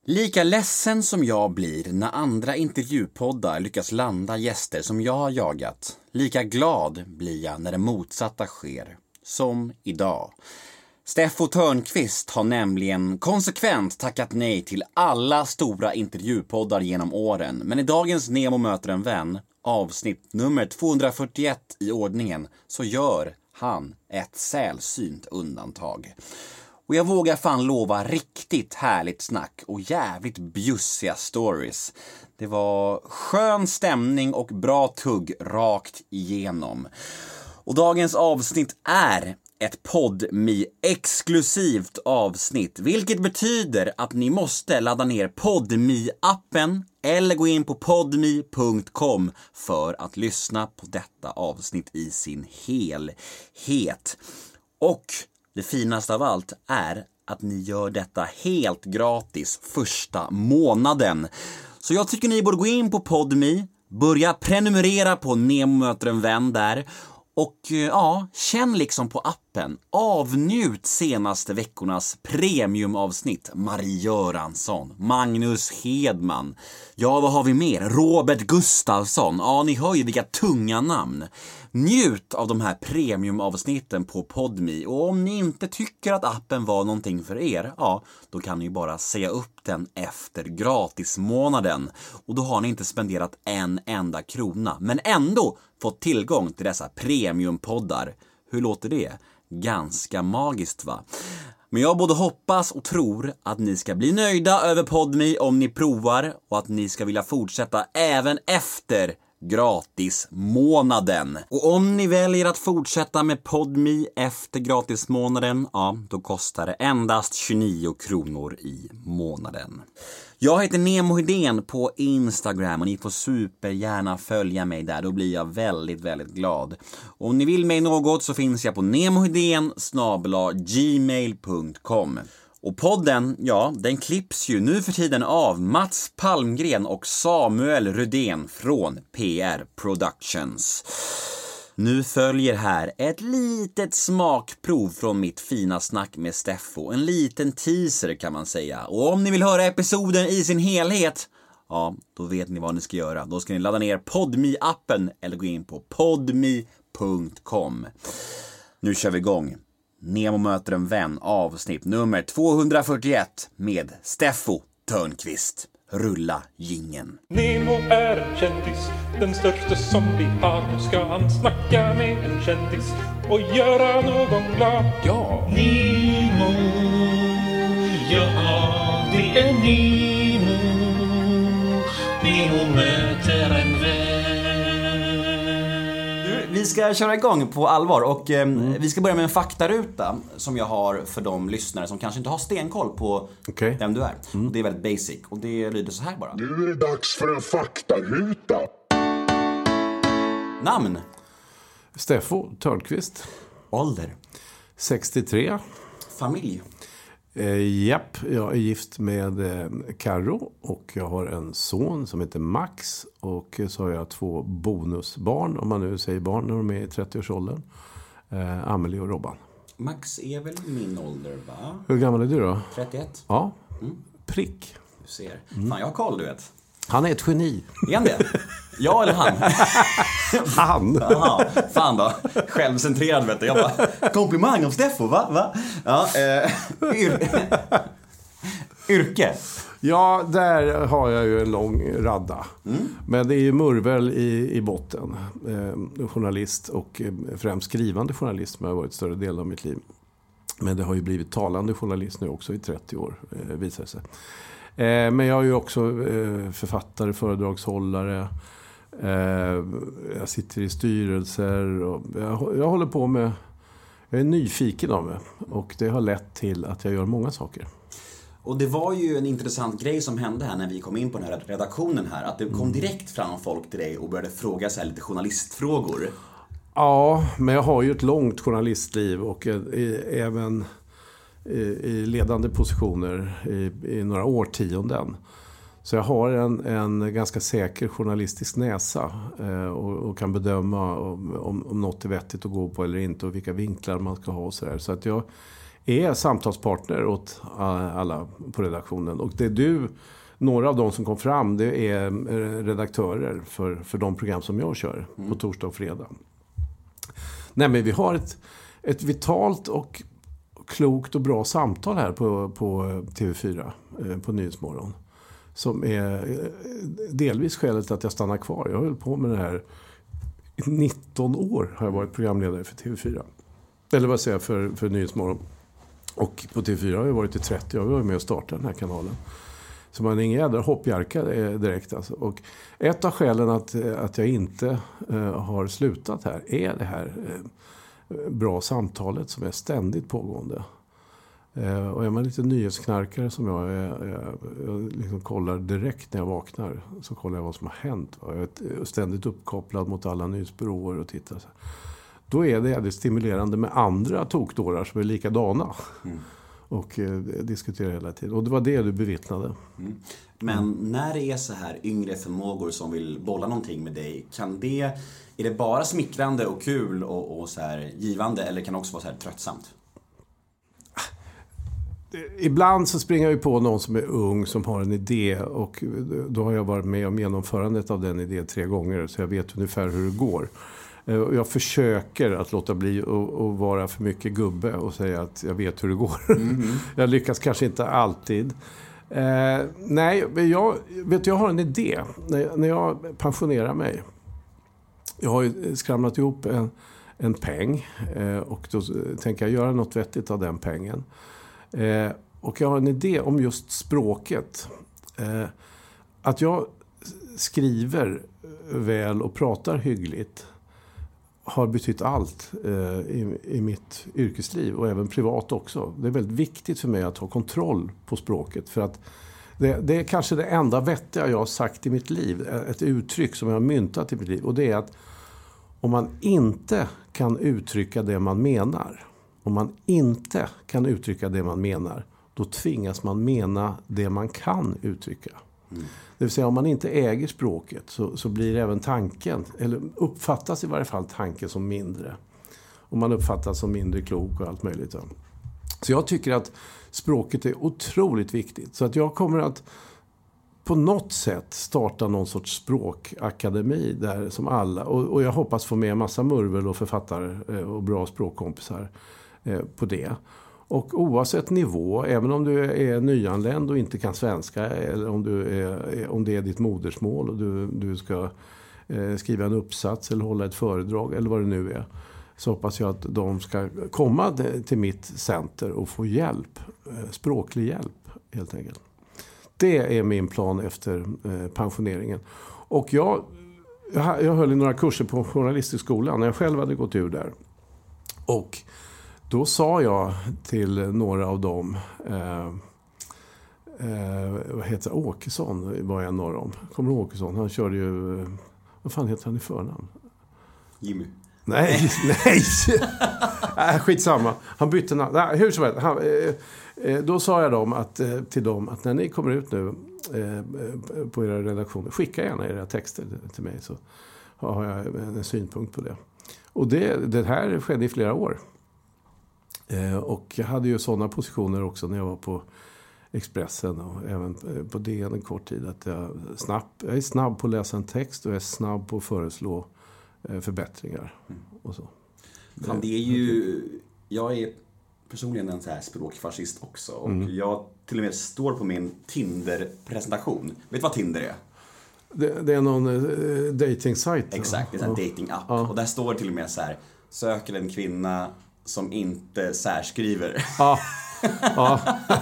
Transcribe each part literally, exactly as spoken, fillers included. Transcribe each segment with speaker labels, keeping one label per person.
Speaker 1: Lika ledsen som jag blir när andra intervjupoddar lyckas landa gäster som jag har jagat, lika glad blir jag när det motsatta sker. Som idag. Steffo Törnqvist har nämligen konsekvent tackat nej till alla stora intervjupoddar genom åren. Men i dagens Nemo möter en vän, avsnitt nummer tvåhundrafyrtioett i ordningen, så gör han ett sällsynt undantag. Och jag vågar fan lova riktigt härligt snack och jävligt bjussiga stories. Det var skön stämning och bra tugg rakt igenom. Och dagens avsnitt är ett Podme-exklusivt avsnitt, vilket betyder att ni måste ladda ner Podme-appen eller gå in på podme punkt com för att lyssna på detta avsnitt i sin helhet. Och det finaste av allt är att ni gör detta helt gratis första månaden. Så jag tycker ni borde gå in på Podme, börja prenumerera på Nemo möter en vän där. Och ja, känn liksom på appen. Avnjut senaste veckornas premiumavsnitt. Marie Göransson, Magnus Hedman. Ja, vad har vi mer? Robert Gustafsson. Ja, ni hör ju vilka tunga namn. Njut av de här premiumavsnitten på Podme. Och om ni inte tycker att appen var någonting för er, ja, då kan ni ju bara säga upp den efter gratismånaden. Och då har ni inte spenderat en enda krona, men ändå fått tillgång till dessa premiumpoddar. Hur låter det? Ganska magiskt, va? Men jag både hoppas och tror att ni ska bli nöjda över Podme om ni provar och att ni ska vilja fortsätta även efter gratismånaden. Och om ni väljer att fortsätta med Podme efter gratismånaden, ja, då kostar det endast tjugonio kronor i månaden. Jag heter Nemo Hedén på Instagram och ni får supergärna följa mig där. Då blir jag väldigt, väldigt glad. Och om ni vill mig något så finns jag på nemohedén snabel-a gmail punkt com. Och podden, ja, den klipps ju nu för tiden av Mats Palmgren och Samuel Rudén från P R Productions. Nu följer här ett litet smakprov från mitt fina snack med Steffo. En liten teaser kan man säga. Och om ni vill höra episoden i sin helhet, ja, då vet ni vad ni ska göra. Då ska ni ladda ner Podme-appen eller gå in på podme punkt com. Nu kör vi igång. Nemo möter en vän, avsnitt nummer tvåhundrafyrtioett med Steffo Törnqvist. Rulla jingeln.
Speaker 2: Nemo är en kändis, den största som vi har. Nu ska han snacka med en kändis och göra någon glad. Ja!
Speaker 3: Nemo, ja det är Nemo. Nemo möter en vän.
Speaker 1: Vi ska köra igång på allvar och eh, mm. vi ska börja med en faktaruta som jag har för de lyssnare som kanske inte har stenkoll på okay. vem du är. Mm. Det är väldigt basic och det lyder så här bara.
Speaker 4: Nu är det dags för en faktaruta.
Speaker 1: Namn?
Speaker 5: Steffo Törnqvist.
Speaker 1: Ålder?
Speaker 5: sextiotre.
Speaker 1: Familj?
Speaker 5: Eh, japp, jag är gift med eh, Karo och jag har en son som heter Max och så har jag två bonusbarn, om man nu säger barn när de är i trettioårsåldern. Eh, Amelie och Robban.
Speaker 1: Max är väl min ålder, va?
Speaker 5: Hur gammal är du då?
Speaker 1: trettioett.
Speaker 5: Ja, mm. prick.
Speaker 1: Du ser. Mm. Fan, jag har koll, du vet.
Speaker 5: Han är ett geni.
Speaker 1: Är han det? Ja eller han?
Speaker 5: Han.
Speaker 1: Aha, fan då. Självcentrerad, vet du. Jag bara, komplimang om Steffo, va? va? Ja, eh, yr- yrke.
Speaker 5: Ja, där har jag ju en lång radda. Mm. Men det är ju Murvel i, i botten. Eh, journalist och eh, främst skrivande journalist som har varit större del av mitt liv. Men det har ju blivit talande journalist nu också i trettio år, eh, visar det sig. Eh, men jag är ju också eh, författare, föredragshållare. Eh, jag sitter i styrelser och jag, jag håller på med, jag är nyfiken av mig och det har lett till att jag gör många saker.
Speaker 1: Och det var ju en intressant grej som hände här när vi kom in på den här redaktionen här, att det kom direkt fram folk till dig och började fråga så här lite journalistfrågor.
Speaker 5: Ja, men jag har ju ett långt journalistliv och även i ledande positioner i, i några årtionden. Så jag har en, en ganska säker journalistisk näsa eh, och, och kan bedöma om, om, om något är vettigt att gå på eller inte och vilka vinklar man ska ha och sådär. Så att jag är samtalspartner åt alla på redaktionen. Och det är du, några av de som kom fram, det är redaktörer för, för de program som jag kör mm. på torsdag och fredag. Nej, men vi har ett, ett vitalt och klokt och bra samtal här på, på T V fyra, på Nyhetsmorgon. Som är delvis skälet att jag stannar kvar. Jag har hållit på med det här i nitton år har jag varit programledare för T V fyra. Eller vad säger jag, för, för Nyhetsmorgon. Och på T V fyra har jag varit i trettio år. Jag var med och startade den här kanalen. Så man är ingen jädra hoppjarka direkt. Alltså. Och ett av skälen att, att jag inte uh, har slutat här är det här uh, bra samtalet som är ständigt pågående. Uh, och är man lite nyhetsknarkare som jag är, jag, jag liksom kollar direkt när jag vaknar, så kollar jag vad som har hänt. Jag är ständigt uppkopplad mot alla nyhetsbyråer och tittar så här. Då är det, det stimulerande med andra tokdårar som är likadana. Mm. Och eh, diskuterar hela tiden. Och det var det du bevittnade.
Speaker 1: Mm. Men mm. när det är så här yngre förmågor som vill bolla någonting med dig, kan det, är det bara smickrande och kul och, och så här givande, eller kan det också vara så här tröttsamt?
Speaker 5: Ibland så springer jag på någon som är ung som har en idé, och då har jag varit med om genomförandet av den idén tre gånger, så jag vet ungefär hur det går. Jag försöker att låta bli att vara för mycket gubbe och säga att jag vet hur det går. Mm-hmm. Jag lyckas kanske inte alltid. Eh, nej, jag, vet, jag har en idé. När, när jag pensionerar mig. Jag har ju skramlat ihop en, en peng. Eh, och då tänker jag göra något vettigt av den pengen. Eh, och jag har en idé om just språket. Eh, att jag skriver väl och pratar hyggligt har betytt allt eh, i, i mitt yrkesliv och även privat också. Det är väldigt viktigt för mig att ha kontroll på språket, för att det, det är kanske det enda vettiga jag har sagt i mitt liv, ett uttryck som jag har myntat i mitt liv, och det är att om man inte kan uttrycka det man menar, om man inte kan uttrycka det man menar, då tvingas man mena det man kan uttrycka. Mm. Det vill säga, om man inte äger språket så, så blir även tanken, eller uppfattas i varje fall tanken som mindre. Och man uppfattas som mindre klok och allt möjligt. Så jag tycker att språket är otroligt viktigt. Så att jag kommer att på något sätt starta någon sorts språkakademi där som alla, och, och jag hoppas få med en massa murvel och författare och bra språkkompisar eh, på det. Och oavsett nivå, även om du är nyanländ och inte kan svenska, eller om, du är, om det är ditt modersmål och du, du ska eh, skriva en uppsats eller hålla ett föredrag eller vad det nu är, så hoppas jag att de ska komma till mitt center och få hjälp, eh, språklig hjälp helt enkelt. Det är min plan efter eh, pensioneringen. Och jag, jag, jag höll i några kurser på journalistikskolan när jag själv hade gått ur där. Och då sa jag till några av dem, eh, eh, vad heter det? Åkesson var en av dem. Kommer du ihåg Åkesson? Han körde ju, vad fan heter han i förnamn?
Speaker 1: Jimmy.
Speaker 5: Nej, nej. äh, skitsamma. Han bytte namn. Nej, hur som helst. Han, eh, eh, då sa jag dem att, eh, till dem att när ni kommer ut nu eh, på era redaktioner, skicka gärna era texter till mig, så har jag en synpunkt på det. Och det, det här skedde i flera år. Eh, och jag hade ju sådana positioner också när jag var på Expressen och även på D N en kort tid, att jag, snabb, jag är snabb på att läsa en text och jag är snabb på att föreslå eh, förbättringar och så.
Speaker 1: Fan, det är ju, jag är personligen en så här språkfascist också, och mm. jag till och med står på min Tinder-presentation. Vet du vad Tinder är?
Speaker 5: Det, det är någon eh, dating-sajt.
Speaker 1: Exakt, det är en dating-app. Ja. Och där står till och med så här: söker en kvinna som inte särskriver.
Speaker 5: Ja, ja.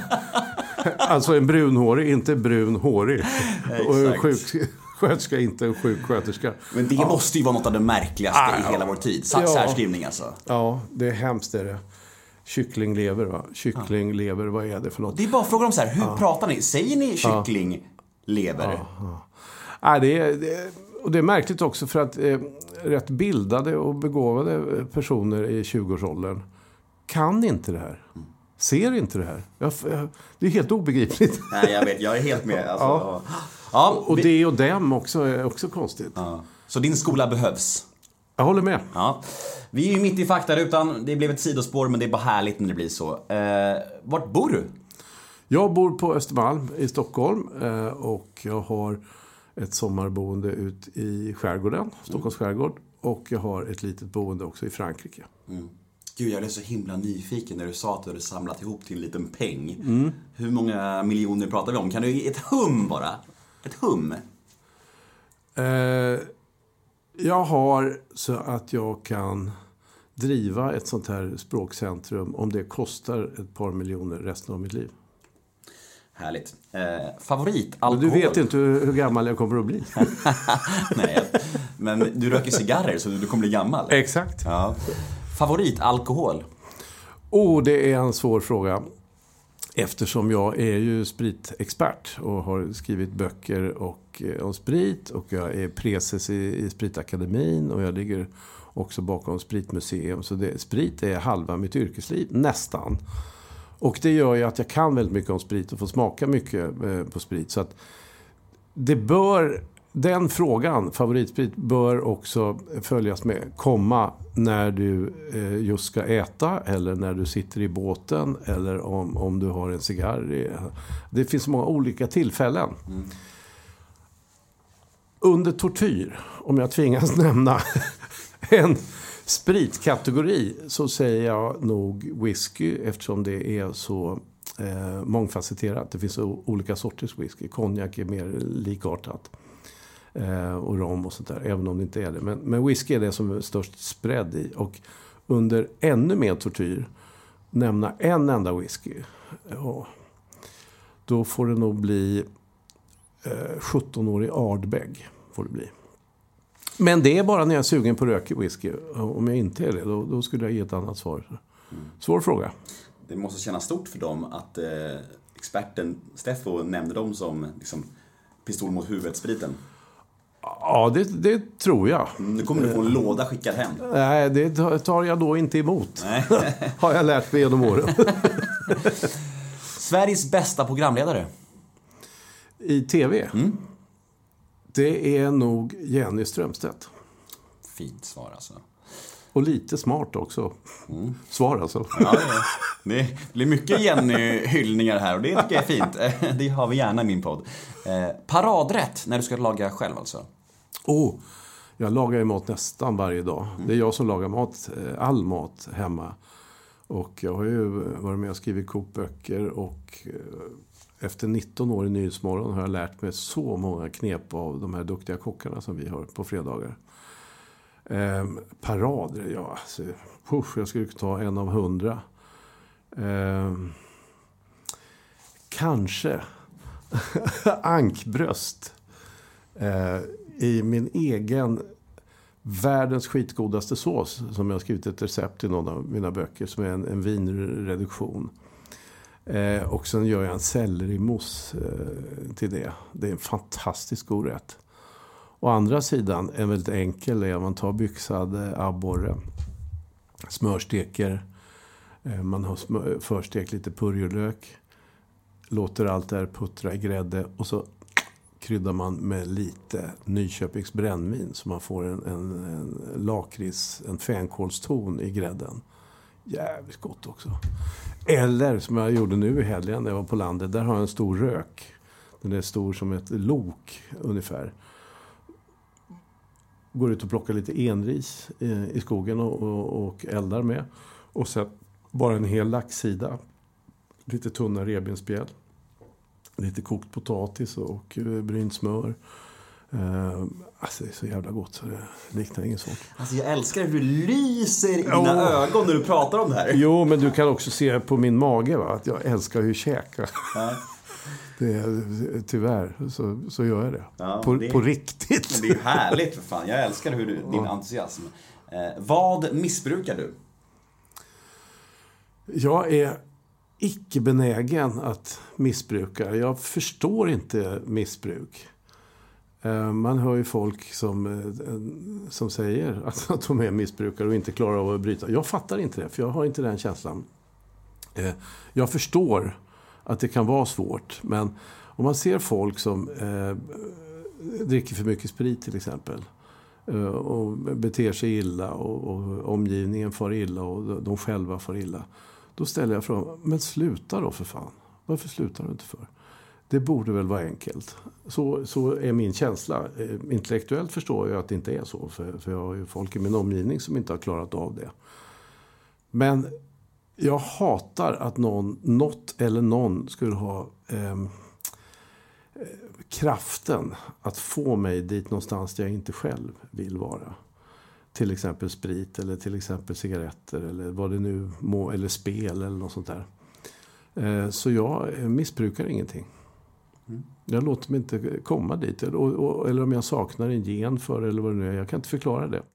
Speaker 5: Alltså en brunhårig, inte brunhårig. Och en sjuksköterska, inte en sjuksköterska.
Speaker 1: Men det ja. måste ju vara något av det märkligaste ah, i ja. hela vår tid. Ja. Särskrivning alltså.
Speaker 5: Ja, det är hemskt är det. Kycklinglever va? Kycklinglever, vad är det för något?
Speaker 1: Det är bara frågan om så här, hur ja. pratar ni? Säger ni kycklinglever?
Speaker 5: Ja, ja. Ja, det är... Det är Och det är märkligt också för att eh, rätt bildade och begåvade personer i tjugoårsåldern kan inte det här. Ser inte det här. Jag, jag, det är helt obegripligt.
Speaker 1: Nej, jag vet. Jag är helt med. Alltså,
Speaker 5: ja. Ja, och vi... det och dem också är också konstigt.
Speaker 1: Ja. Så din skola behövs?
Speaker 5: Jag håller med.
Speaker 1: Ja. Vi är ju mitt i faktarutan. Det blev ett sidospår, men det är bara härligt när det blir så. Eh, vart bor du?
Speaker 5: Jag bor på Östermalm i Stockholm eh, och jag har ett sommarboende ut i skärgården, Stockholms skärgård. Och jag har ett litet boende också i Frankrike.
Speaker 1: Mm. Gud, jag är så himla nyfiken när du sa att du hade samlat ihop till en liten peng. Mm. Hur många miljoner pratar vi om? Kan du ge ett hum bara? Ett hum?
Speaker 5: Eh, jag har så att jag kan driva ett sånt här språkcentrum om det kostar ett par miljoner resten av mitt liv.
Speaker 1: Härligt. Eh, favoritalkohol?
Speaker 5: Men du vet inte hur, hur gammal jag kommer att bli.
Speaker 1: Nej, men du röker cigarrer så du kommer bli gammal.
Speaker 5: Exakt.
Speaker 1: Ja. Favoritalkohol?
Speaker 5: Oh, det är en svår fråga. Eftersom jag är ju spritexpert och har skrivit böcker och, om sprit. Och jag är preses i, i Spritakademin och jag ligger också bakom Spritmuseum. Så det, sprit är halva mitt yrkesliv, nästan. Och det gör ju att jag kan väldigt mycket om sprit och får smaka mycket eh, på sprit. Så att det bör, den frågan, favoritsprit, bör också följas med komma när du eh, just ska äta eller när du sitter i båten eller om, om du har en cigarr. Det finns många olika tillfällen. Mm. Under tortyr, om jag tvingas nämna en spritkategori, så säger jag nog whisky eftersom det är så eh, mångfacetterat. Det finns o- olika sorters whisky. Konjak är mer likartat. Eh, och rom och sånt där, även om det inte är det. Men, men whisky är det som är störst spread i. Och under ännu mer tortyr nämna en enda whisky. Ja, då får det nog bli eh, sjutton-årig Ardbeg får det bli. Men det är bara när jag är sugen på rökig whisky. Om jag inte är det, då, då skulle jag ge ett annat svar. Mm. Svår fråga.
Speaker 1: Det måste kännas stort för dem att eh, experten Steffo nämnde dem som liksom, pistol mot huvudet-spriten.
Speaker 5: Ja, det, det tror jag.
Speaker 1: Nu kommer du få en låda skickad hem.
Speaker 5: Nej, det tar jag då inte emot. Har jag lärt mig genom åren.
Speaker 1: Sveriges bästa programledare?
Speaker 5: I tv?
Speaker 1: Mm.
Speaker 5: Det är nog Jenny Strömstedt.
Speaker 1: Fint svar alltså.
Speaker 5: Och lite smart också. Mm. Svar alltså.
Speaker 1: Ja, det blir mycket Jenny-hyllningar här och det tycker jag är fint. Det har vi gärna i min podd. Eh, paradrätt när du ska laga själv alltså?
Speaker 5: Oh, jag lagar ju mat nästan varje dag. Mm. Det är jag som lagar mat, all mat hemma. Och jag har ju varit med och skrivit kokböcker och efter nitton år i Nyhetsmorgon har jag lärt mig så många knep av de här duktiga kockarna som vi har på fredagar. Eh, parader, ja. Alltså, push, jag skulle ta en av hundra. Eh, kanske ankbröst. Eh, I min egen världens skitgodaste sås som jag har skrivit ett recept i någon av mina böcker som är en, en vinreduktion. Eh, och sen gör jag en sellerimousse eh, till det. Det är en fantastisk god rätt. Å andra sidan, en väldigt enkel är att man tar byxad eh, abborre, smörsteker, eh, man har smör, förstekt lite purjolök, låter allt det här puttra i grädde och så kryddar man med lite Nyköpings brännvin så man får en, en, en lakrits, en fänkålston i grädden. Jävligt gott också. Eller som jag gjorde nu i helgen när jag var på landet, där har jag en stor rök. Den är stor som ett lok ungefär. Går ut och plockar lite enris i, i skogen och, och, och eldar med. Och sen bara en hel laxsida. Lite tunna revbensspjäll. Lite kokt potatis och brynt smör. Uh, alltså det är så jävla gott så det liknar ingen sånt.
Speaker 1: Alltså jag älskar hur du lyser i dina oh. ögon när du pratar om det här.
Speaker 5: Jo, men du kan också se på min mage va? Att jag älskar hur käka. Ja. Det är, tyvärr så, så gör jag det. Ja, på, det är, på riktigt.
Speaker 1: Det är härligt för fan. Jag älskar hur du, din entusiasm. Eh, vad missbrukar du?
Speaker 5: Jag är icke benägen att missbruka. Jag förstår inte missbruk. Man hör ju folk som, som säger att de är missbrukare och inte klarar av att bryta. Jag fattar inte det, för jag har inte den känslan. Jag förstår att det kan vara svårt, men om man ser folk som eh, dricker för mycket sprit till exempel, och beter sig illa och, och omgivningen far illa och de själva far illa. Då ställer jag frågan, men sluta då för fan. Varför slutar du inte för? Det borde väl vara enkelt. Så, så är min känsla. Intellektuellt förstår jag att det inte är så. För, för jag har ju folk i min omgivning som inte har klarat av det. Men jag hatar att någon, något eller någon skulle ha eh, kraften att få mig dit någonstans där jag inte själv vill vara. Till exempel sprit eller till exempel cigaretter eller vad det nu må, eller spel eller något sånt där. Eh, så jag missbrukar ingenting. Mm. Jag låter mig inte komma dit. Eller, och, eller om jag saknar en gen för eller vad det nu är. Jag kan inte förklara det.